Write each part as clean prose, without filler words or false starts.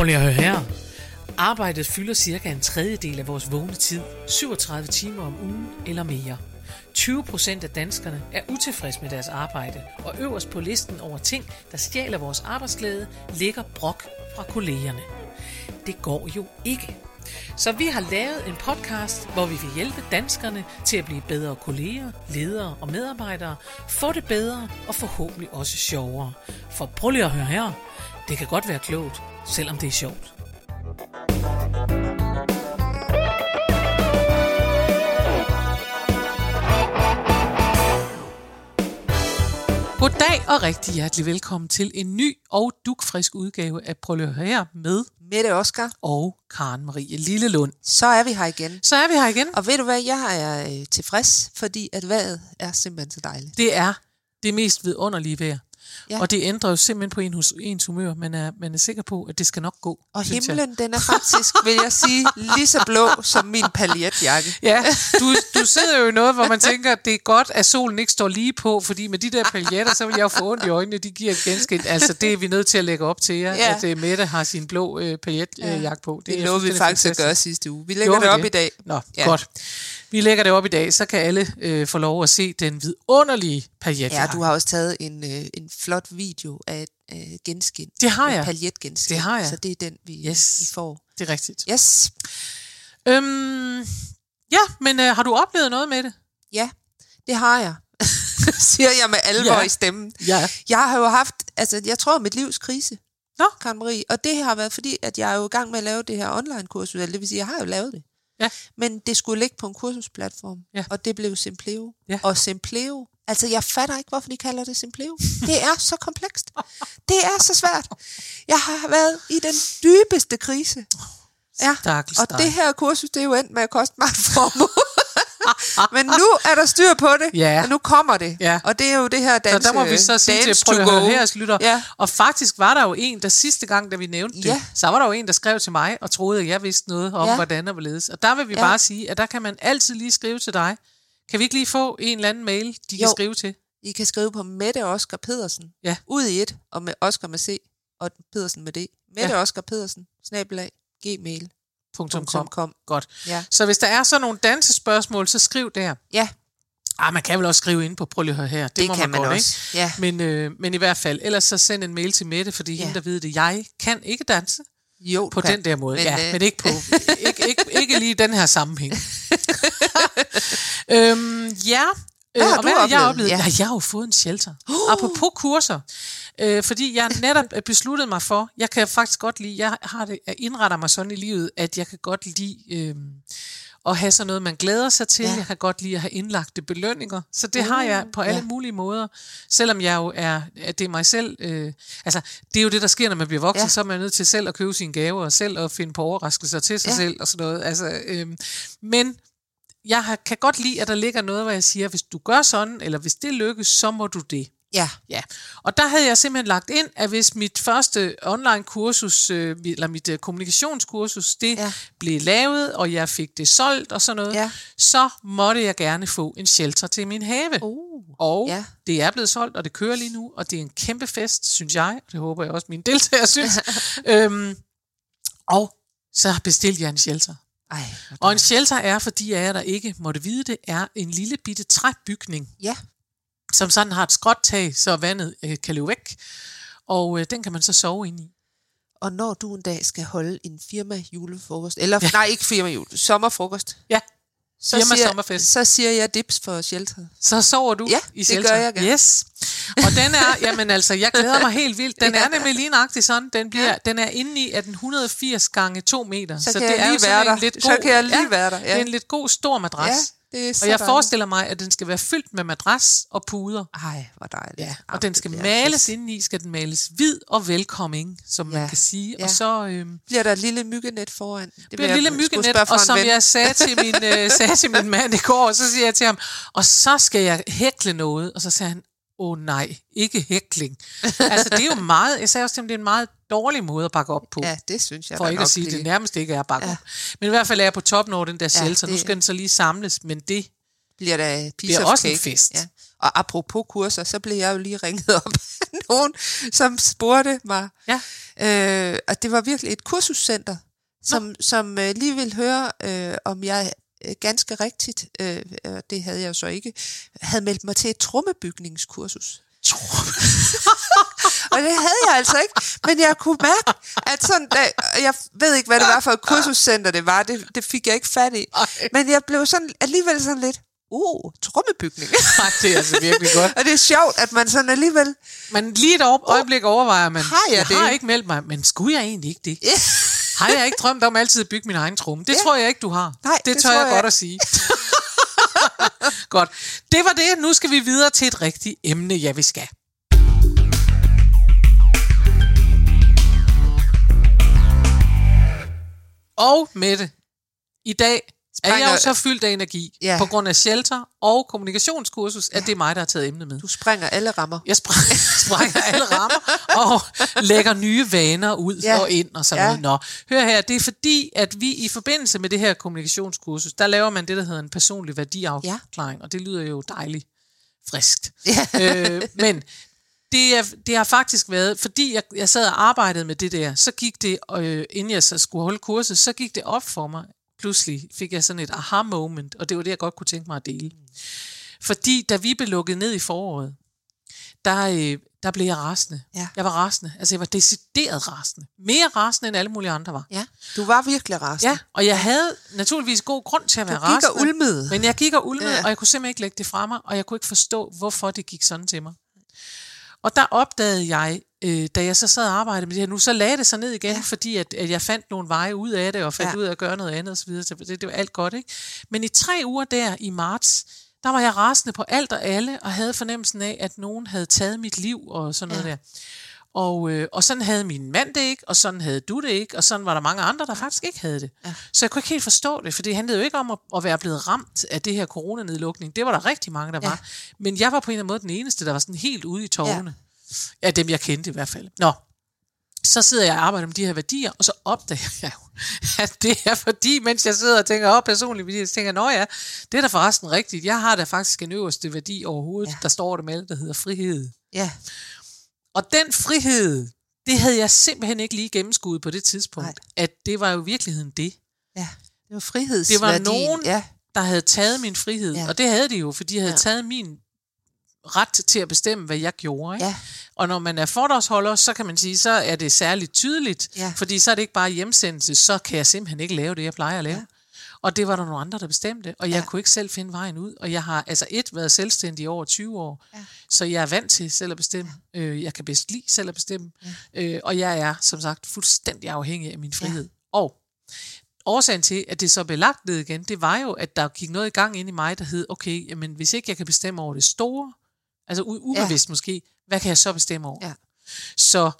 Prøv lige at høre her. Arbejdet fylder cirka en tredjedel af vores vågne tid, 37 timer om ugen eller mere. 20% af danskerne er utilfredse med deres arbejde, og øverst på listen over ting, der stjæler vores arbejdsglæde, ligger brok fra kollegerne. Det går jo ikke. Så vi har lavet en podcast, hvor vi vil hjælpe danskerne til at blive bedre kolleger, ledere og medarbejdere, få det bedre og forhåbentlig også sjovere. For prøv lige at høre her. Det kan godt være klogt, selvom det er sjovt. Goddag og rigtig hjertelig velkommen til en ny og dugfrisk udgave af Prøv lige at høre her med Mette Oskar og Karen Marie Lillelund. Så er vi her igen. Og ved du hvad, jeg er tilfreds, fordi at vejret er simpelthen så dejligt. Det er det mest vidunderlige vejr. Ja. Og det ændrer jo simpelthen på ens humør. Man er sikker på, at det skal nok gå. Og himlen, den er faktisk, vil jeg sige, lige så blå som min paljetjakke. Ja, du sidder jo i noget, hvor man tænker, at det er godt, at solen ikke står lige på, fordi med de der paljetter, så vil jeg jo få ondt i øjnene. De giver et genskilt. Altså, det er vi nødt til at lægge op til jer, at Mette har sin blå paljetjakke på. Det nåede vi faktisk at gøre sidste uge. Vi lægger det op i dag. Nå, godt. Vi lægger det op i dag, så kan alle få lov at se den vidunderlige paljetjakke. Ja, du har også taget en flot video af et genskind. Det har jeg. Paljetgenskind. Det har jeg. Så det er den, vi får. Det er rigtigt. Yes. Ja, men har du oplevet noget med det? Ja, det har jeg. Siger jeg med alvor i stemmen. Ja. Jeg har jo haft, jeg tror, mit livs krise. Nå. Karen Marie. Og det har været fordi, at jeg er jo i gang med at lave det her online-kursus. Det vil sige, jeg har jo lavet det. Ja. Men det skulle ligge på en kursusplatform. Ja. Og det blev Simpleo. Ja. Og Simpleo, jeg fatter ikke, hvorfor de kalder det Simpleo. Det er så komplekst. Det er så svært. Jeg har været i den dybeste krise. Ja. Og det her kursus, det er jo endt med at koste mig en formue. Men nu er der styr på det, og nu kommer det. Ja. Og det er jo det her dance. Så der må vi så sige til Prøv at høre her, lytter. Ja. Og faktisk var der jo en, der sidste gang, da vi nævnte det, så var der jo en, der skrev til mig og troede, at jeg vidste noget om, hvordan og hvorledes. Og der vil vi bare sige, at der kan man altid lige skrive til dig. Kan vi ikke lige få en eller anden mail, de kan skrive til? I kan skrive på Mette Oskar Pedersen. Ja. Ud i et, og med Oskar med C, og Pedersen med D. Mette Oskar Pedersen, @gmail.com. Godt. Ja. Så hvis der er sådan nogle dansespørgsmål, så skriv der. Ja. Man kan vel også skrive ind på Prøv lige at høre her. Det må kan man godt, også. Ja. Men i hvert fald, ellers så send en mail til Mette, fordi hende, der ved det. Jeg kan ikke danse. Jo, på den der måde. Men ikke på ikke lige i den her sammenhæng. Hvad har du oplevet? Ja, jeg har jo fået en shelter. Apropos kurser. Fordi jeg netop besluttet mig for, jeg kan faktisk godt lide, jeg indretter mig sådan i livet, at jeg kan godt lide at have sådan noget, man glæder sig til. Ja. Jeg kan godt lide at have indlagte belønninger. Så det har jeg på alle mulige måder. Selvom jeg jo det er mig selv. Det er jo det, der sker, når man bliver voksen. Så er man nødt til selv at købe sine gaver, og selv at finde på overraskelser til sig selv og sådan noget. Men jeg kan godt lide, at der ligger noget, hvor jeg siger, hvis du gør sådan, eller hvis det lykkes, så må du det. Ja. Og der havde jeg simpelthen lagt ind, at hvis mit første online-kursus, eller mit kommunikationskursus, det blev lavet, og jeg fik det solgt og sådan noget, så måtte jeg gerne få en shelter til min have. Og det er blevet solgt, og det kører lige nu, og det er en kæmpe fest, synes jeg. Det håber jeg også, mine deltagere synes. Og så bestilte jeg en shelter. Og en shelter er, for de af jer, der ikke måtte vide det, er en lille bitte træbygning. Ja. Som sådan har et skråt tag, så vandet kan løbe væk. Og den kan man så sove ind i. Og når du en dag skal holde en firma-julefrokost, sommerfrokost. Ja, så siger jeg dips for shelteret. Så sover du i shelter? Det gør jeg gerne. Yes. Og den er, jeg glæder mig helt vildt. Den er nemlig lige nøjagtig sådan. Den er inde i 180 gange 2 meter. Så kan jeg lige være der. Det er en lidt god, stor madras. Ja. Og jeg forestiller mig, at den skal være fyldt med madras og puder. Ej, hvor dejligt. Ja. Og den skal males indeni, skal den males hvid og velkoming, som man kan sige. Ja. Og så bliver der et lille myggenet foran. Det bliver et lille myggenet, og som jeg sagde til min mand i går, så siger jeg til ham, og så skal jeg hækle noget. Og så sagde han, nej, ikke hækling. Altså det er jo meget, jeg sagde også til ham, det er en meget dårlig måde at bakke op på. Ja, det synes jeg. For ikke at sige, det nærmest ikke er at bakke op. Men i hvert fald er jeg på toppen over den der shelter. Nu skal den så lige samles, men det bliver der piece of også cake. En fest. Ja. Og apropos kurser, så blev jeg jo lige ringet op af nogen, som spurgte mig. Ja. Og det var virkelig et kursuscenter, som lige ville høre, om jeg ganske rigtigt, det havde jeg jo så ikke, havde meldt mig til et trommebygningskursus. Og det havde jeg altså ikke, men jeg kunne mærke, at sådan, jeg ved ikke, hvad det var for et kursuscenter det var, det fik jeg ikke fat i, men jeg blev sådan alligevel sådan lidt, trommebygning. Det er altså virkelig godt. Og det er sjovt, at man sådan alligevel... Men lige et øjeblik overvejer man, jeg har ikke meldt mig, men skulle jeg egentlig ikke det? Yeah. Har jeg ikke drømt om altid at bygge min egen tromme? Det tror jeg ikke, du har. Nej, det tør jeg godt at sige. Godt. Det var det. Nu skal vi videre til et rigtigt emne, vi skal. Og Mette, i dag er jeg jo så fyldt af energi på grund af shelter og kommunikationskursus, at det er mig, der har taget emnet med. Du sprænger alle rammer. Jeg sprænger alle rammer og lægger nye vaner ud og ind og sådan noget. Nå, hør her, det er fordi, at vi i forbindelse med det her kommunikationskursus, der laver man det, der hedder en personlig værdiafklaring, og det lyder jo dejligt friskt. Men det har faktisk været, fordi jeg sad og arbejdede med det der, så gik det, inden jeg så skulle holde kurset, så gik det op for mig. Pludselig fik jeg sådan et aha-moment, og det var det, jeg godt kunne tænke mig at dele. Fordi da vi blev lukket ned i foråret, der blev jeg rasende. Ja. Jeg var rasende. Altså jeg var decideret rasende. Mere rasende, end alle mulige andre var. Ja, du var virkelig rasende. Ja, og jeg havde naturligvis god grund til at være rasende. Du gik og ulmede. Men jeg gik og ulmede, og jeg kunne simpelthen ikke lægge det fra mig, og jeg kunne ikke forstå, hvorfor det gik sådan til mig. Og der opdagede jeg, da jeg så sad og arbejdede med det her nu, så lagde det sig ned igen, fordi at jeg fandt nogle veje ud af det, og fandt ud af at gøre noget andet osv. Det var alt godt, ikke? Men i 3 uger der i marts, der var jeg rasende på alt og alle, og havde fornemmelsen af, at nogen havde taget mit liv og sådan noget der. Og sådan havde min mand det ikke, og sådan havde du det ikke, og sådan var der mange andre, der faktisk ikke havde det. Ja. Så jeg kunne ikke helt forstå det, for det handlede jo ikke om at være blevet ramt af det her coronanedlukning. Det var der rigtig mange, der var. Men jeg var på en eller anden måde den eneste, der var sådan helt ude i tårerne. Ja, dem jeg kendte i hvert fald. Nå, så sidder jeg og arbejder med de her værdier, og så opdager jeg jo, at det er fordi, mens jeg sidder og tænker, personlige værdier, så tænker jeg, det er da forresten rigtigt. Jeg har da faktisk en øverste værdi overhovedet, der står der med, der hedder frihed. Ja. Og den frihed, det havde jeg simpelthen ikke lige gennemskuet på det tidspunkt, at det var jo i virkeligheden det. Ja, det var frihedsværdien. Det var nogen, der havde taget min frihed, og det havde de jo, fordi de havde taget min ret til at bestemme, hvad jeg gjorde. Ikke? Ja. Og når man er fordragsholder, så kan man sige, så er det særligt tydeligt, fordi så er det ikke bare hjemsendelse, så kan jeg simpelthen ikke lave det, jeg plejer at lave. Ja. Og det var der nogle andre, der bestemte, og jeg kunne ikke selv finde vejen ud. Og jeg har været selvstændig i over 20 år, så jeg er vant til selv at bestemme. Jeg kan bedst lide selv at bestemme. Og jeg er, som sagt, fuldstændig afhængig af min frihed. Og årsagen til, at det så blev lagt ned igen, det var jo, at der gik noget i gang ind i mig, der hed, okay, jamen, hvis ikke jeg kan bestemme over det store, altså ubevidst måske, hvad kan jeg så bestemme over? Ja. Så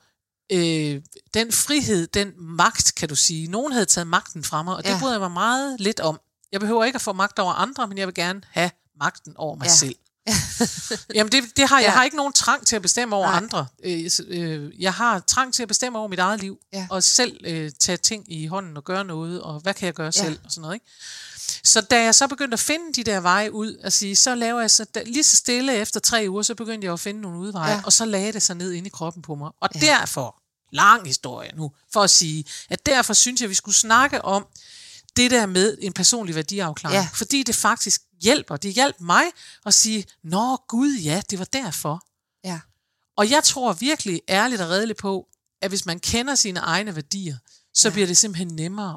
den frihed, den magt, kan du sige, nogen havde taget magten fra mig, og det bryder jeg mig meget lidt om. Jeg behøver ikke at få magt over andre, men jeg vil gerne have magten over mig selv. Jamen det har jeg har ikke nogen trang til at bestemme over andre. Jeg har trang til at bestemme over mit eget liv, og selv tage ting i hånden og gøre noget, og hvad kan jeg gøre selv, og sådan noget, ikke? Så da jeg så begyndte at finde de der veje ud, at sige, så laver jeg så lige så stille efter 3 uger, så begyndte jeg at finde nogle udveje, og så lagde det sig ned inde i kroppen på mig. Og derfor, lang historie nu, for at sige, at derfor synes jeg, vi skulle snakke om det der med en personlig værdiafklaring. Fordi det faktisk hjælper. Det hjalp mig at sige, nå gud ja, det var derfor. Ja. Og jeg tror virkelig ærligt og redeligt på, at hvis man kender sine egne værdier, så bliver det simpelthen nemmere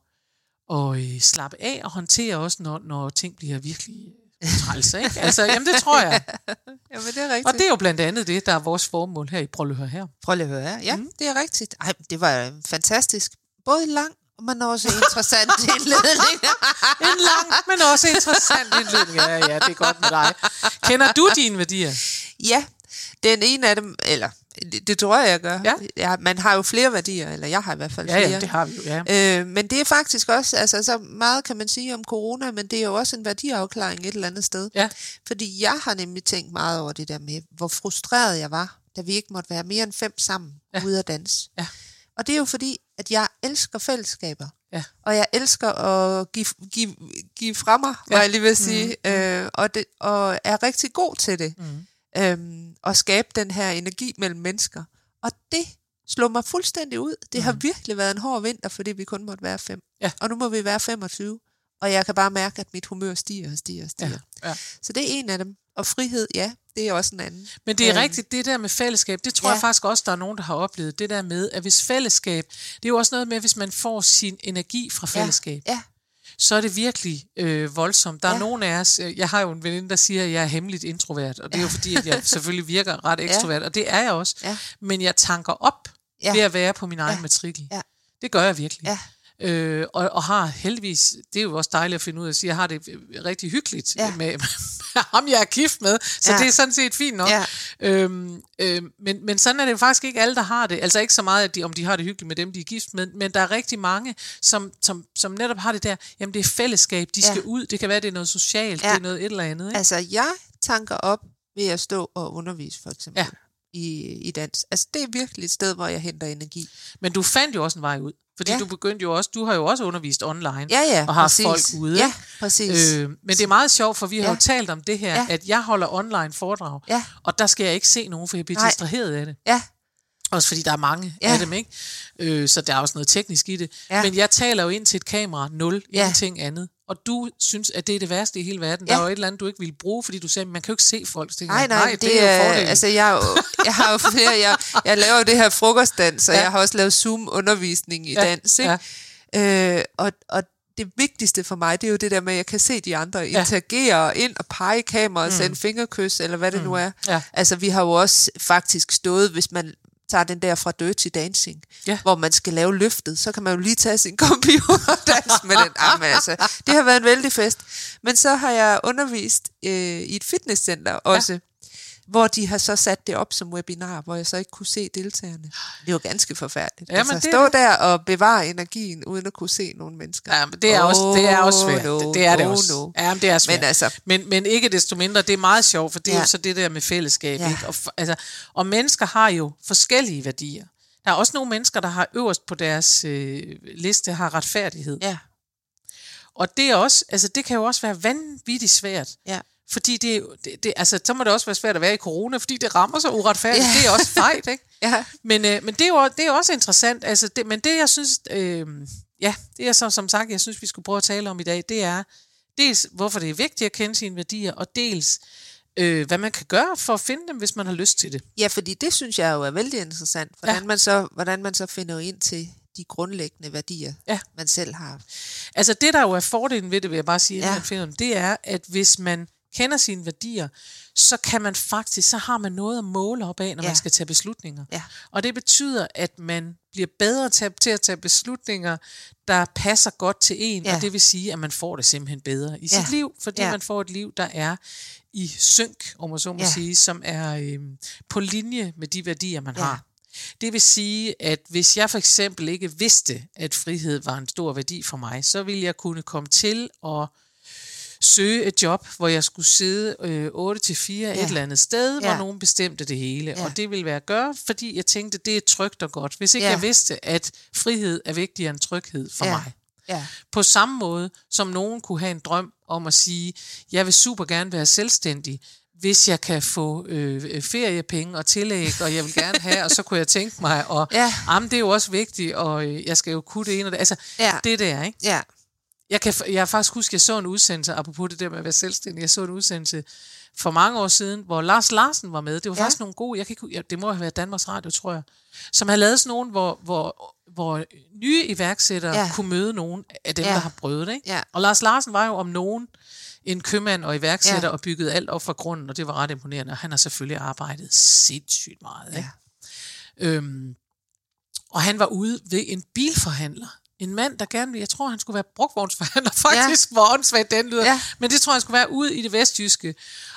at slappe af og håndtere også, når ting bliver virkelig træls, ikke? Altså, jamen det tror jeg. Jamen det er rigtigt. Og det er jo blandt andet det, der er vores formål her i Prøv at høre her. Prøv at høre her, ja, det er rigtigt. Ej, det var fantastisk. Både lang, men også interessant indledning. En lang, men også interessant indledning. Ja, det er godt med dig. Kender du dine værdier? Ja, den ene af dem, eller det tror jeg gør. Ja, man har jo flere værdier, eller jeg har i hvert fald flere. Ja, det har vi jo, ja. Men det er faktisk også, altså så meget kan man sige om corona, men det er jo også en værdiafklaring et eller andet sted. Ja. Fordi jeg har nemlig tænkt meget over det der med, hvor frustreret jeg var, da vi ikke måtte være mere end 5 sammen ude at danse. Ja. Og det er jo fordi, at jeg elsker fællesskaber. Ja. Og jeg elsker at give fra mig, hvad jeg lige vil sige, og er rigtig god til det. Og skabe den her energi mellem mennesker. Og det slog mig fuldstændig ud. Det har virkelig været en hård vinter, fordi vi kun måtte være 5. Ja. Og nu må vi være 25. Og jeg kan bare mærke, at mit humør stiger. Ja. Så det er en af dem. Og frihed, ja, det er også en anden. Men det er rigtigt, det der med fællesskab, det tror jeg faktisk også, der er nogen, der har oplevet. Det der med, at hvis fællesskab, det er jo også noget med, hvis man får sin energi fra fællesskab. Ja. Så er det virkelig voldsomt. Der er nogen af os, jeg har jo en veninde, der siger, at jeg er hemmeligt introvert, og det er jo fordi, at jeg selvfølgelig virker ret ekstrovert, og det er jeg også. Ja. Men jeg tanker op ved at være på min egen matrikel. Ja. Det gør jeg virkelig. Ja. Og har heldigvis, det er jo også dejligt at finde ud af at sige, jeg har det rigtig hyggeligt med ham, jeg er gift med, så det er sådan set fint nok. Ja. Men sådan er det jo faktisk ikke alle, der har det. Altså ikke så meget, at om de har det hyggeligt med dem, de er gift med, men der er rigtig mange, som netop har det der, jamen det er fællesskab, de skal ud, det kan være, det er noget socialt, det er noget et eller andet. Ikke? Altså jeg tanker op ved at stå og undervise, for eksempel. I dans. Altså det er virkelig et sted, hvor jeg henter energi. Men du fandt jo også en vej ud. Fordi du har jo også undervist online, og har præcis. Folk ude. Ja, præcis. Men det er meget sjovt, for vi har jo talt om det her, at jeg holder online foredrag, og der skal jeg ikke se nogen, for jeg bliver distraheret af det. Ja. Også fordi der er mange af dem, ikke? Så der er også noget teknisk i det. Ja. Men jeg taler jo ind til et kamera, 0, ingenting andet. Og du synes, at det er det værste i hele verden. Der er jo et eller andet, du ikke ville bruge, fordi du sagde, man kan jo ikke se folk. Så nej, det er jo fordelen. Altså, jeg har jo flere, jeg laver jo det her frokostdans, og jeg har også lavet Zoom-undervisning i dans, ikke? Ja. Og det vigtigste for mig, det er jo det der med, at jeg kan se de andre interagere ind og pege i kameraet, sende fingerkys, eller hvad det nu er. Ja. Altså, vi har jo også faktisk stået, hvis man tager den der fra Dirty Dancing, hvor man skal lave løftet, så kan man jo lige tage sin computer og danse med den. Jamen, altså, det har været en vældig fest. Men så har jeg undervist i et fitnesscenter også, hvor de har så sat det op som webinar, hvor jeg så ikke kunne se deltagerne. Det var ganske forfærdeligt. Ja, altså, stå der og bevare energien, uden at kunne se nogle mennesker. Ja, men det er også svært. Det er det også. Ja, men det er svært. Men ikke desto mindre, det er meget sjovt, for det er jo så det der med fællesskab. Ja. Ikke? Og mennesker har jo forskellige værdier. Der er også nogle mennesker, der har øverst på deres liste, har retfærdighed. Ja. Og det er også, altså det kan jo også være vanvittigt svært. Ja. Fordi altså, så må det også være svært at være i corona, fordi det rammer så uretfærdigt. Det er også fejt, ikke? Ja. Men det er jo også interessant. Altså, men det, jeg synes, det er så som sagt, jeg synes, vi skulle prøve at tale om i dag, det er dels, hvorfor det er vigtigt at kende sine værdier, og dels, hvad man kan gøre for at finde dem, hvis man har lyst til det. Ja, fordi det synes jeg jo er vældig interessant, hvordan man så finder ind til de grundlæggende værdier, man selv har. Altså det, der jo er fordelen ved det, vil jeg bare sige, man finder dem, det er, at hvis man kender sine værdier, så kan man faktisk, så har man noget at måle op af, når man skal tage beslutninger. Ja. Og det betyder, at man bliver bedre til at tage beslutninger, der passer godt til en, og det vil sige, at man får det simpelthen bedre i sit liv, fordi man får et liv, der er i synk, om man så må sige, som er på linje med de værdier, man har. Det vil sige, at hvis jeg for eksempel ikke vidste, at frihed var en stor værdi for mig, så ville jeg kunne komme til at søge et job, hvor jeg skulle sidde 8-4 et eller andet sted, hvor nogen bestemte det hele. Og det ville være at gøre, fordi jeg tænkte, det er trygt og godt. Hvis ikke jeg vidste, at frihed er vigtigere end tryghed for mig. Ja. På samme måde, som nogen kunne have en drøm om at sige, jeg vil super gerne være selvstændig, hvis jeg kan få feriepenge og tillæg, og jeg vil gerne have, og så kunne jeg tænke mig, og det er jo også vigtigt, og jeg skal jo kunne det ene og det. Altså, det der, ikke? Ja. Jeg faktisk husker, jeg så en udsendelse, apropos det der med at være selvstændig, jeg så en udsendelse for mange år siden, hvor Lars Larsen var med. Det var faktisk nogle gode, det må have været Danmarks Radio, tror jeg, som havde lavet sådan nogen, hvor nye iværksættere kunne møde nogen af dem, der har prøvet det. Ikke? Ja. Og Lars Larsen var jo om nogen en købmand og iværksætter og byggede alt op fra grunden, og det var ret imponerende, og han har selvfølgelig arbejdet sindssygt meget. Ikke? Ja. Og han var ude ved en bilforhandler. En mand, der gerne ville, jeg tror, han skulle være brugtvognsforhandler, faktisk, hvor åndssvagt den lyder. Ja. Men det tror jeg, han skulle være ude i det vestjyske.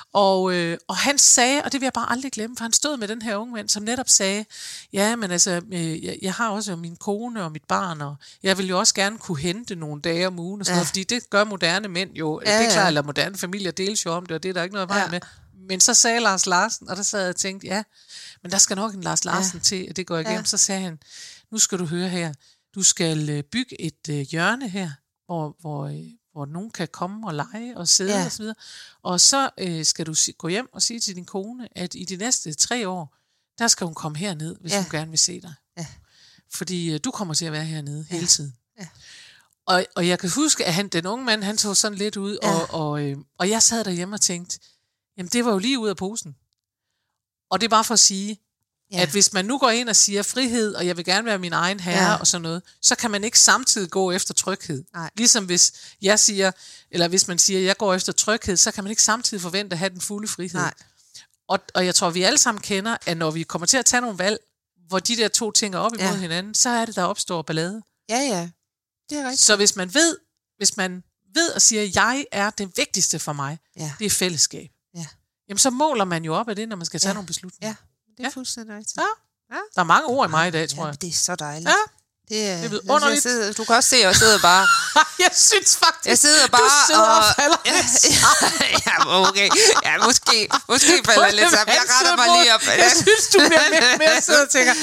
Og han sagde, og det vil jeg bare aldrig glemme, for han stod med den her unge mand, som netop sagde, ja, men altså, jeg har også min kone og mit barn, og jeg vil jo også gerne kunne hente nogle dage om ugen, og sådan noget, fordi det gør moderne mænd jo, det er klart, eller moderne familier deles jo om det, og det er der ikke noget vej med. Men så sagde Lars Larsen, og der sad jeg og tænkte, men der skal nok en Lars Larsen til, at det går igennem. Så sagde han, nu skal du høre her, Du skal bygge et hjørne her, hvor nogen kan komme og lege og sidde og så videre. Og så skal du gå hjem og sige til din kone, at i de næste 3 år, der skal hun komme herned, hvis hun gerne vil se dig. Ja. Fordi du kommer til at være hernede hele tiden. Ja. Og jeg kan huske, at den unge mand, han så sådan lidt ud, og jeg sad derhjemme og tænkte, jamen det var jo lige ud af posen. Og det er bare for at sige, at hvis man nu går ind og siger frihed, og jeg vil gerne være min egen herre og sådan noget, så kan man ikke samtidig gå efter tryghed. Nej. Ligesom hvis jeg siger, eller hvis man siger, at jeg går efter tryghed, så kan man ikke samtidig forvente at have den fulde frihed. Nej. Og jeg tror, vi alle sammen kender, at når vi kommer til at tage nogle valg, hvor de der 2 ting er op imod hinanden, så er det, der opstår ballade. Ja. Det er rigtigt. Så hvis man ved og siger, at jeg er det vigtigste for mig, det er fællesskab. Ja. Jamen så måler man jo op af det, når man skal tage nogle beslutninger. Ja. Det er fuldstændig rigtigt. Ja. Der er mange ord i mig i dag, tror jeg. Det er så dejligt. Ja. Det er underligt. Du kan også se, at jeg sidder bare... Jeg synes faktisk, jeg sidder bare du sidder og falder okay. Ja, måske falder jeg lidt sammen. Jeg retter mig lige op. Jeg synes, du bliver mere sidder og tænker...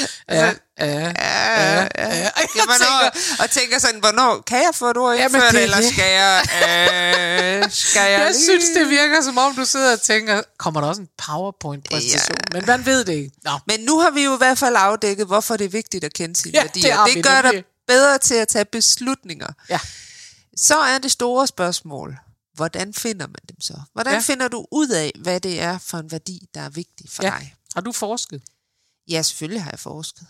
Og tænker sådan, hvornår kan jeg få et ord indført, eller skal jeg... Jeg synes, det virker, som om du sidder og tænker, kommer der også en PowerPoint-præsentation? Men man ved det ikke. No. Men nu har vi jo i hvert fald afdækket, hvorfor det er vigtigt at kende sine værdier. Det gør dig bedre til at tage beslutninger. Ja. Så er det store spørgsmål, hvordan finder man dem så? Hvordan finder du ud af, hvad det er for en værdi, der er vigtig for dig? Har du forsket? Ja, selvfølgelig har jeg forsket.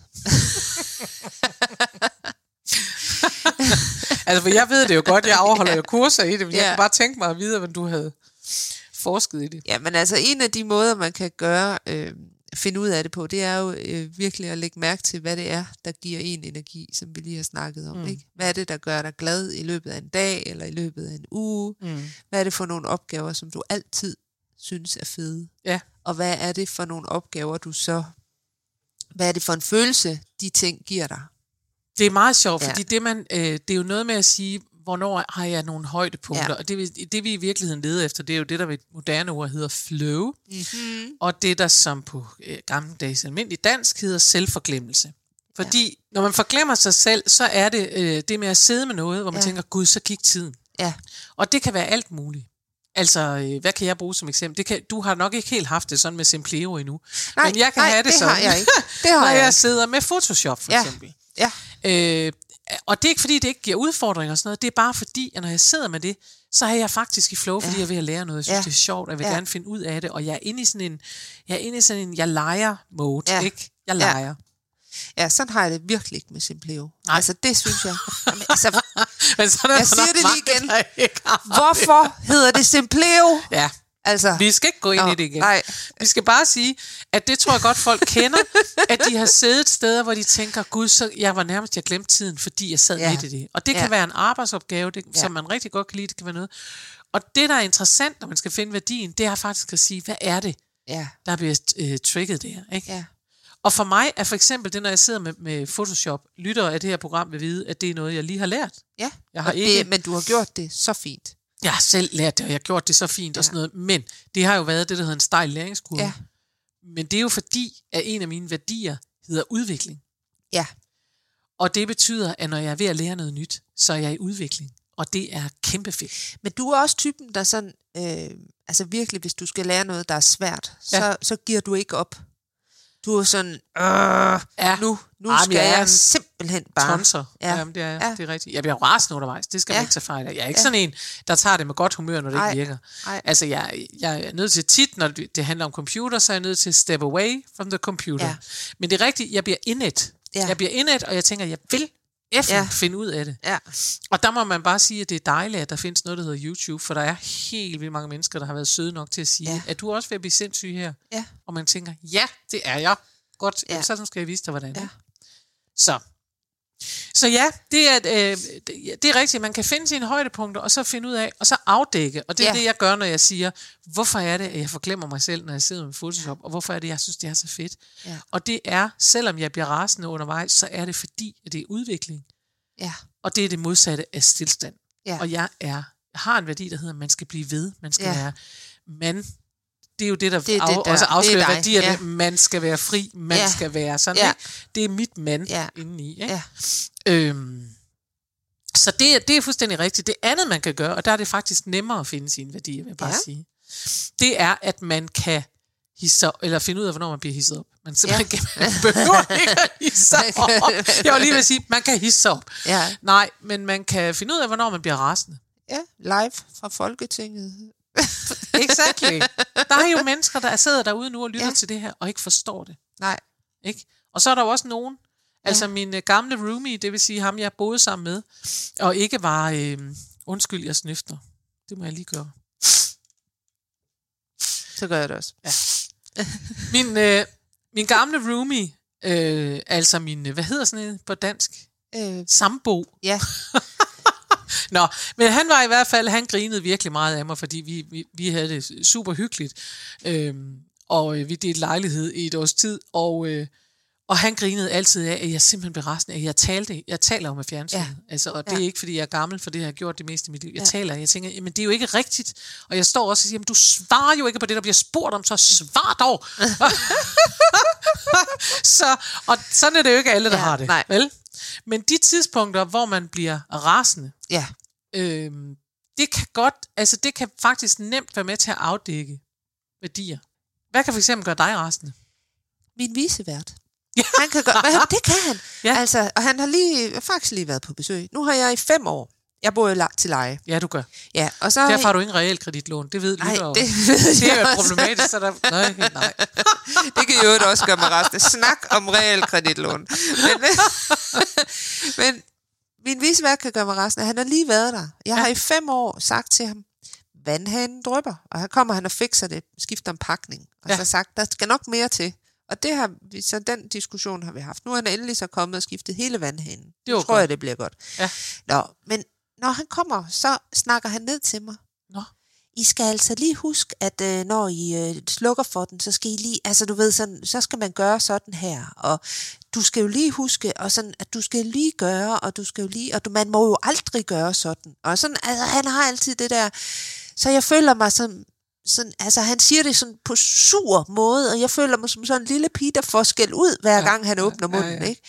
Altså, for jeg ved det jo godt, jeg afholder jo kurser i det, men jeg kunne bare tænke mig at vide, hvordan du havde forsket i det. Ja, men altså, en af de måder, man kan finde ud af det på, det er jo virkelig at lægge mærke til, hvad det er, der giver en energi, som vi lige har snakket om. Ikke? Hvad er det, der gør dig glad i løbet af en dag, eller i løbet af en uge? Hvad er det for nogle opgaver, som du altid synes er fede? Ja. Og hvad er det for nogle opgaver, hvad er det for en følelse, de ting giver dig? Det er meget sjovt, fordi det er jo noget med at sige, hvornår har jeg nogle højdepunkter, og det vi i virkeligheden leder efter, det er jo det, der ved et moderne ord hedder flow, og det der som på gammeldags almindelig dansk hedder selvforglemmelse. Fordi når man forglemmer sig selv, så er det med at sidde med noget, hvor man tænker, gud, så gik tiden. Ja. Og det kan være alt muligt. Altså, hvad kan jeg bruge som eksempel? Du har nok ikke helt haft det sådan med Simplero endnu, men jeg kan have det sådan, har jeg ikke. Det har når jeg sidder med Photoshop for eksempel. Ja. Og det er ikke fordi, det ikke giver udfordringer og sådan noget. Det er bare fordi, at når jeg sidder med det, så er jeg faktisk i flow, fordi jeg vil lære noget. Jeg synes, det er sjovt, og jeg vil gerne finde ud af det. Og jeg er inde i sådan en, jeg leger-mode, ikke? Jeg leger. Ja, sådan har jeg det virkelig ikke med Simplero. Altså, det synes jeg. Jamen, altså, men sådan jeg siger det lige igen. Hvorfor hedder det Simplero? Ja. Altså, vi skal ikke gå ind i det igen. Nej. Vi skal bare sige, at det tror jeg godt folk kender, at de har siddet steder, hvor de tænker, gud, så jeg var nærmest, jeg glemte tiden, fordi jeg sad midt i det. Og det kan være en arbejdsopgave, som man rigtig godt kan lide, det kan være noget. Og det, der er interessant, når man skal finde værdien, det er faktisk at sige, hvad er det, der bliver trigget der, ikke? Ja. Og for mig er for eksempel det, når jeg sidder med Photoshop, lyttere af det her program vil vide, at det er noget, jeg lige har lært. Ja, jeg har men du har gjort det så fint. Jeg har selv lært det, og jeg har gjort det så fint og sådan noget. Men det har jo været det, der hedder en stejl læringskurve. Ja. Men det er jo fordi, at en af mine værdier hedder udvikling. Ja. Og det betyder, at når jeg er ved at lære noget nyt, så er jeg i udvikling. Og det er kæmpe fedt. Men du er også typen, der sådan, altså virkelig, hvis du skal lære noget, der er svært, så giver du ikke op. Du er sådan, nu skal jeg simpelthen bare... Tonser. Ja. Jamen, det er rigtigt. Jeg bliver rasende undervejs, det skal man ikke tage fejl af. Jeg er ikke sådan en, der tager det med godt humør, når det ikke virker. Altså, jeg er nødt til tit, når det handler om computer, så er jeg nødt til step away from the computer. Ja. Men det er rigtigt, jeg bliver indet. Ja. Jeg bliver indet, og jeg tænker, jeg vil finde ud af det. Ja. Og der må man bare sige, at det er dejligt, at der findes noget, der hedder YouTube, for der er helt vildt mange mennesker, der har været søde nok til at sige, at du også vil blive sindssyg her. Ja. Og man tænker, ja, det er jeg. Godt, så skal jeg vise dig, hvordan. Ja. Så ja, det er rigtigt. Man kan finde sine højdepunkter, og så finde ud af, og så afdække. Og det er det, jeg gør, når jeg siger, hvorfor er det, at jeg forglemmer mig selv, når jeg sidder med Photoshop, og hvorfor er det, jeg synes, det er så fedt. Ja. Og det er, selvom jeg bliver rasende undervejs, så er det fordi, at det er udvikling. Ja. Og det er det modsatte af stillstand. Ja. Og jeg har en værdi, der hedder, man skal blive ved. Man skal være det er jo det, der også afslører værdierne. Man skal være fri, man skal være sådan. Ikke? Det er mit mand indeni. Ikke? Ja. Så det er fuldstændig rigtigt. Det andet, man kan gøre, og der er det faktisk nemmere at finde sine værdier, vil jeg bare sige, det er, at man kan eller finde ud af, hvornår man bliver hisset op. Man simpelthen behøver ikke at hisse sig op. Jeg var lige ved at sige, man kan hisse sig op. Ja. Nej, men man kan finde ud af, hvornår man bliver rasende. Ja, live fra Folketinget. Exactly. Der er jo mennesker, der sidder derude nu og lytter til det her, og ikke forstår det. Nej. Ikke? Og så er der jo også nogen, altså min gamle roomie, det vil sige ham, jeg boede sammen med, og ikke var, undskyld, jeg snøfter. Det må jeg lige gøre. Så gør jeg det også. Ja. Min gamle roomie, altså min, hvad hedder sådan noget på dansk? Sambo. Ja. Nå, men han var i hvert fald, han grinede virkelig meget af mig, fordi vi havde det super hyggeligt, og vi delte lejlighed i et års tid, og han grinede altid af, at jeg simpelthen blev rasende, at jeg taler jo med fjernsynet, altså, og det er ikke, fordi jeg er gammel, for det har jeg gjort det meste i mit liv. Jeg tænker, jamen det er jo ikke rigtigt, og jeg står også og siger, jamen du svarer jo ikke på det, der bliver spurgt om, så svar dog! Og sådan er det jo ikke alle, der har det, vel? Men de tidspunkter, hvor man bliver rasende, det kan faktisk nemt være med til at afdække værdier. Hvad kan for eksempel gøre dig rasende? Min vicevært. Han kan gøre, det kan han. Ja. Altså, og han har faktisk lige været på besøg. Nu har jeg i 5 år. Jeg bor jo til leje. Ja, du gør. Ja, og så derfor har du ingen realkreditlån. Det ved lytter jo. Det er jo problematisk, så der... Nej. Det kan jo også gøre mig rasende. Snak om realkreditlån. Men min vicevært kan gøre mig rasende. Han har lige været der. Jeg har i 5 år sagt til ham, vandhanen drypper. Og her kommer han og fikser det, skifter en pakning. Og så sagt, der skal nok mere til. Og det har vi, så den diskussion har vi haft. Nu er han endelig så kommet og skiftet hele vandhanen. Det tror jeg, det bliver godt. Ja. Nå, men når han kommer, så snakker han ned til mig. Nå. I skal altså lige huske, at når I slukker for den, så skal I lige, altså du ved, sådan, så skal man gøre sådan her. Og du skal jo lige huske, og sådan, at du skal lige gøre, og du skal jo lige, og man må jo aldrig gøre sådan. Og sådan, altså han har altid det der, så jeg føler mig sådan, altså han siger det sådan på sur måde, og jeg føler mig som sådan en lille pige, der får skæld ud, hver gang han åbner munden, ikke?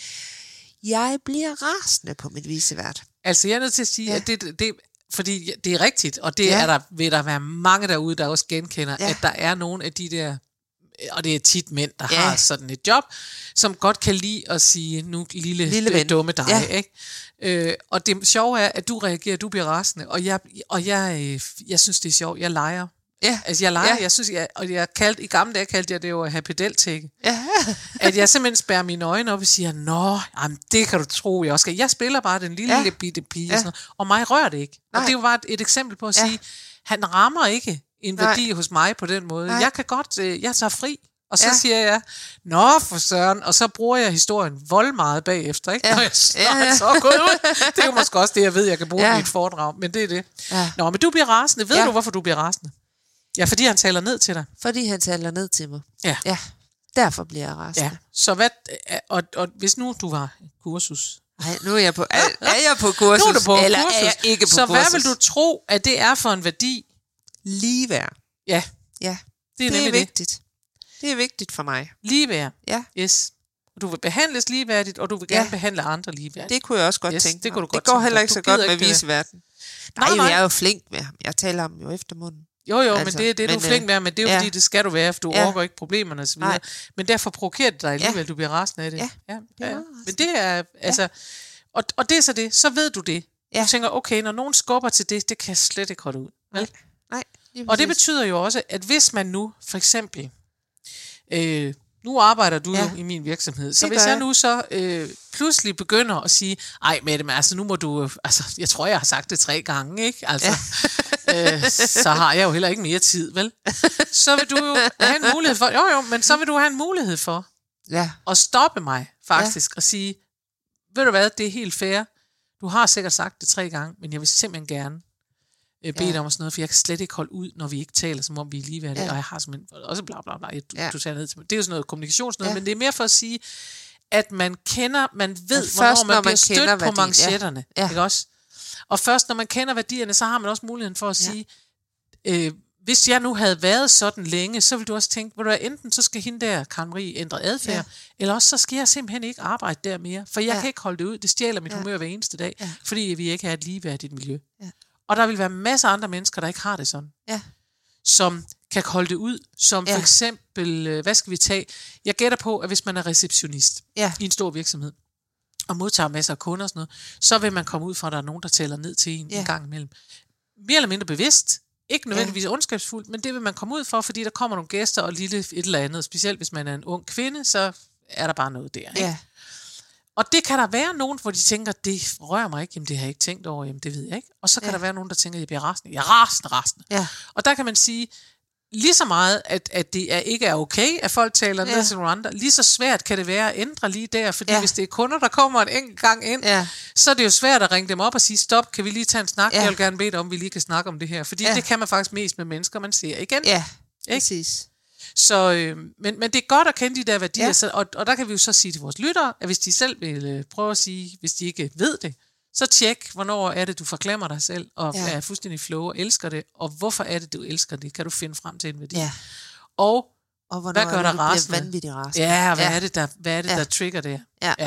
Jeg bliver rasende på mit vicevært. Altså jeg er nødt til at sige, at det fordi det er rigtigt, og det er der, vil der være mange derude, der også genkender, at der er nogle af de der, og det er tit mænd, der har sådan et job, som godt kan lide at sige, nu lille dumme dig, ikke? Og det sjove er, at du reagerer, du bliver rasende, og jeg synes, det er sjovt, jeg leger. Ja. Altså jeg leger, jeg synes, i gamle dage kaldte jeg det jo at have pedeltække. Ja. At jeg simpelthen spærrer mine øjne op og siger, jamen, det kan du tro, jeg også skal. Jeg spiller bare den lille bitte pige, og mig rører det ikke. Nej. Og det er jo bare et eksempel på at sige, han rammer ikke en værdi hos mig på den måde. Nej. Jeg kan godt, jeg tager fri. Og så siger jeg, for søren, og så bruger jeg historien vold meget bagefter, ikke? Når jeg så er gået ud. Det er jo måske også det, jeg ved, jeg kan bruge i et foredrag, men det er det. Ja. Nå, men du bliver rasende. Ved du, hvorfor du bliver rasende? Ja, fordi han taler ned til dig. Fordi han taler ned til mig. Ja. Derfor bliver jeg rasende. Ja. Så hvad, og hvis nu du var kursus. Nej, nu er jeg på, er jeg på kursus, nu er du på eller kursus. Er jeg ikke på så kursus? Så hvad vil du tro, at det er for en værdi? Ligeværd. Ja. Det er vigtigt. Det er vigtigt for mig. Ligeværd. Ja. Yes. Du vil behandles ligeværdigt, og du vil gerne behandle andre ligeværdigt. Det kunne jeg også godt tænke. Det, kunne du godt det går tænke. Heller ikke så godt med viseværden. Nej, jeg er jo flink med ham. Jeg taler om jo efter munden. Jo, altså, men det er du er flink med, men det er jo fordi, det skal du være, for du overgår ikke problemerne og så videre. Men derfor provokerer det dig alligevel, du bliver rasende af det. Ja. Men det er, altså, og det er så det, så ved du det. Du tænker, okay, når nogen skubber til det kan jeg slet ikke holde ud. Vel? Nej. Og det betyder jo også, at hvis man nu, for eksempel, nu arbejder du jo i min virksomhed, så hvis jeg nu så pludselig begynder at sige, ej Mette, men altså nu må du, altså jeg tror jeg har sagt det 3 gange, ikke? Altså, så har jeg jo heller ikke mere tid, vel? Så vil du jo have en mulighed for, men så vil du have en mulighed for at stoppe mig faktisk og sige, ved du hvad, det er helt fair, du har sikkert sagt det 3 gange, men jeg vil simpelthen gerne bede dig om sådan noget, for jeg kan slet ikke holde ud, når vi ikke taler, som om vi er ligeværdige, og jeg har simpelthen også bla bla bla, du tager ned til mig. Det er jo sådan noget kommunikationsnød, men det er mere for at sige, at man ved, hvornår man bliver stødt på manchetterne, ikke også? Og først når man kender værdierne, så har man også muligheden for at sige, hvis jeg nu havde været sådan længe, så ville du også tænke, hvor du enten så skal hende der, Karen Marie, ændre adfærd, eller også så skal jeg simpelthen ikke arbejde der mere, for jeg kan ikke holde det ud. Det stjæler mit humør hver eneste dag, fordi vi ikke har et ligeværdigt miljø. Ja. Og der vil være masser af andre mennesker, der ikke har det sådan. Ja. Som kan holde det ud, som for eksempel, hvad skal vi tage? Jeg gætter på, at hvis man er receptionist i en stor virksomhed, og modtager masser af kunder og sådan noget, så vil man komme ud fra, at der er nogen, der tæller ned til en gang imellem. Mere eller mindre bevidst, ikke nødvendigvis ondskabsfuldt, men det vil man komme ud for, fordi der kommer nogle gæster og lille et eller andet. Specielt hvis man er en ung kvinde, så er der bare noget der. Ikke? Ja. Og det kan der være nogen, hvor de tænker, det rører mig ikke, jamen det har jeg ikke tænkt over, jamen det ved jeg ikke. Og så kan der være nogen, der tænker, jeg bliver rasende. Jeg er rasende. Ja. Og der kan man sige, lige så meget, at det ikke er okay, at folk taler ned til nogle andre, lige så svært kan det være at ændre lige der, fordi hvis det er kunder, der kommer en enkelt gang ind, så er det jo svært at ringe dem op og sige, stop, kan vi lige tage en snak? Jeg vil gerne bede dig om, vi lige kan snakke om det her, fordi det kan man faktisk mest med mennesker, man ser igen. Ja, præcis. Så, men det er godt at kende de der værdier, og der kan vi jo så sige til vores lyttere, at hvis de selv vil prøve at sige, hvis de ikke ved det, så tjek, hvornår er det, du forklemmer dig selv, og er fuldstændig flow og elsker det, og hvorfor er det, du elsker det? Kan du finde frem til en værdi? Ja. Og hvad gør dig rasende? Ja, hvad er det, der trigger det? Ja.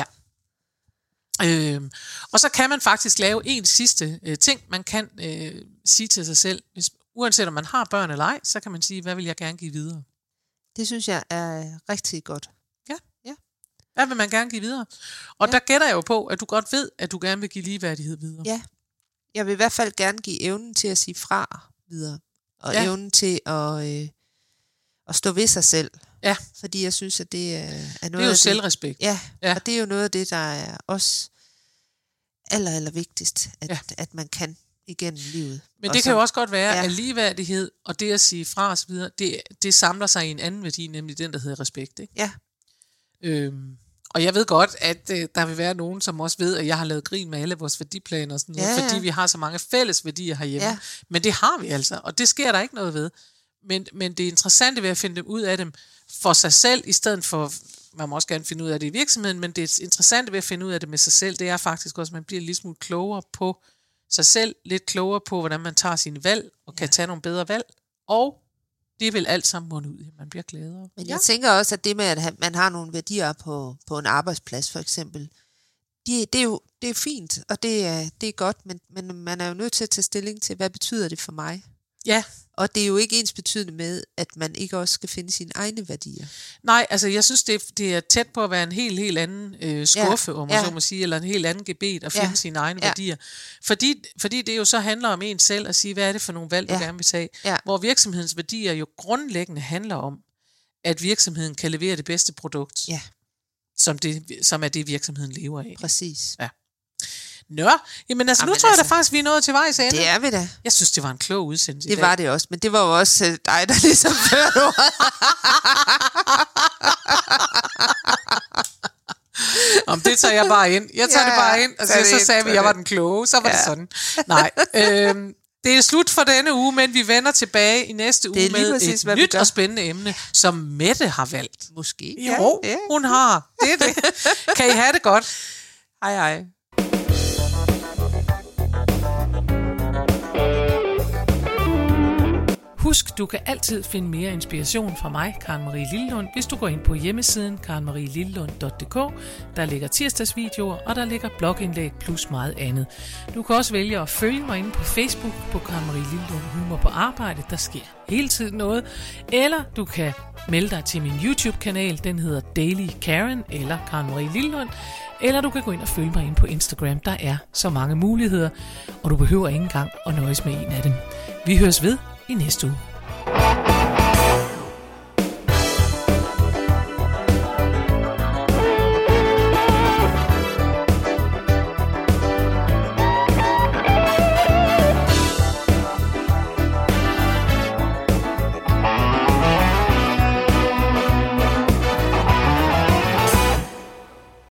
Og så kan man faktisk lave en sidste ting, man kan sige til sig selv, uanset om man har børn eller ej, så kan man sige, hvad vil jeg gerne give videre? Det synes jeg er rigtig godt. Hvad vil man gerne give videre? Og der gætter jeg jo på, at du godt ved, at du gerne vil give ligeværdighed videre. Ja, jeg vil i hvert fald gerne give evnen til at sige fra videre. Og evnen til at stå ved sig selv. Ja. Fordi jeg synes, at det er noget det er jo af selvrespekt. Ja, og det er jo noget af det, der er også aller vigtigst, at man kan igennem livet. Men det kan jo også godt være, at ligeværdighed og det at sige fra os videre, det samler sig i en anden værdi, nemlig den, der hedder respekt. Ikke? Ja. Og jeg ved godt, at der vil være nogen, som også ved, at jeg har lavet grin med alle vores værdiplaner og sådan noget, fordi vi har så mange fælles værdier herhjemme. Ja. Men det har vi altså, og det sker der ikke noget ved. Men det er interessant ved at finde dem ud af dem for sig selv, i stedet for, man må også gerne finde ud af det i virksomheden, men det interessante ved at finde ud af det med sig selv, det er faktisk også, at man bliver lidt smule klogere på sig selv, lidt klogere på, hvordan man tager sine valg, og kan tage nogle bedre valg, og det vil alt sammen munde ud, man bliver gladere. Men jeg tænker også, at det med, at man har nogle værdier på en arbejdsplads, for eksempel, det er fint, og det er godt, men man er jo nødt til at tage stilling til, hvad betyder det for mig? Ja. Og det er jo ikke ens betydende med, at man ikke også skal finde sine egne værdier. Nej, altså jeg synes, det er tæt på at være en helt anden skuffe, om man så må sige, eller en helt anden gebet at finde sine egne værdier. Fordi det jo så handler om en selv at sige, hvad er det for nogle valg, du gerne vil tage. Ja. Hvor virksomhedens værdier jo grundlæggende handler om, at virksomheden kan levere det bedste produkt, som er det, virksomheden lever af. Præcis. Ja. Nå, jamen altså, nu tror jeg da faktisk, vi er nået til vejs ende. Det er vi da. Jeg synes, det var en klog udsendelse. Det var det også, men det var jo også dig, der ligesom førte ordet. Om det tager jeg bare ind. Jeg tager det bare ind, og så sagde vi, at jeg var den kloge. Så var det sådan. Nej, det er slut for denne uge, men vi vender tilbage i næste uge med præcis, et nyt og spændende emne, som Mette har valgt. Måske. Jo, hun har. Det er det. Kan I have det godt? Hej hej. Husk, du kan altid finde mere inspiration fra mig, Karen Marie Lillelund, hvis du går ind på hjemmesiden karenmarielillelund.dk. Der ligger tirsdagsvideoer, og der ligger blogindlæg plus meget andet. Du kan også vælge at følge mig inde på Facebook på Karen Marie Lillelund Humor på Arbejde. Der sker hele tiden noget. Eller du kan melde dig til min YouTube-kanal. Den hedder Daily Karen eller Karen Marie Lillelund. Eller du kan gå ind og følge mig inde på Instagram. Der er så mange muligheder, og du behøver ikke engang at nøjes med en af dem. Vi høres ved i næste uge.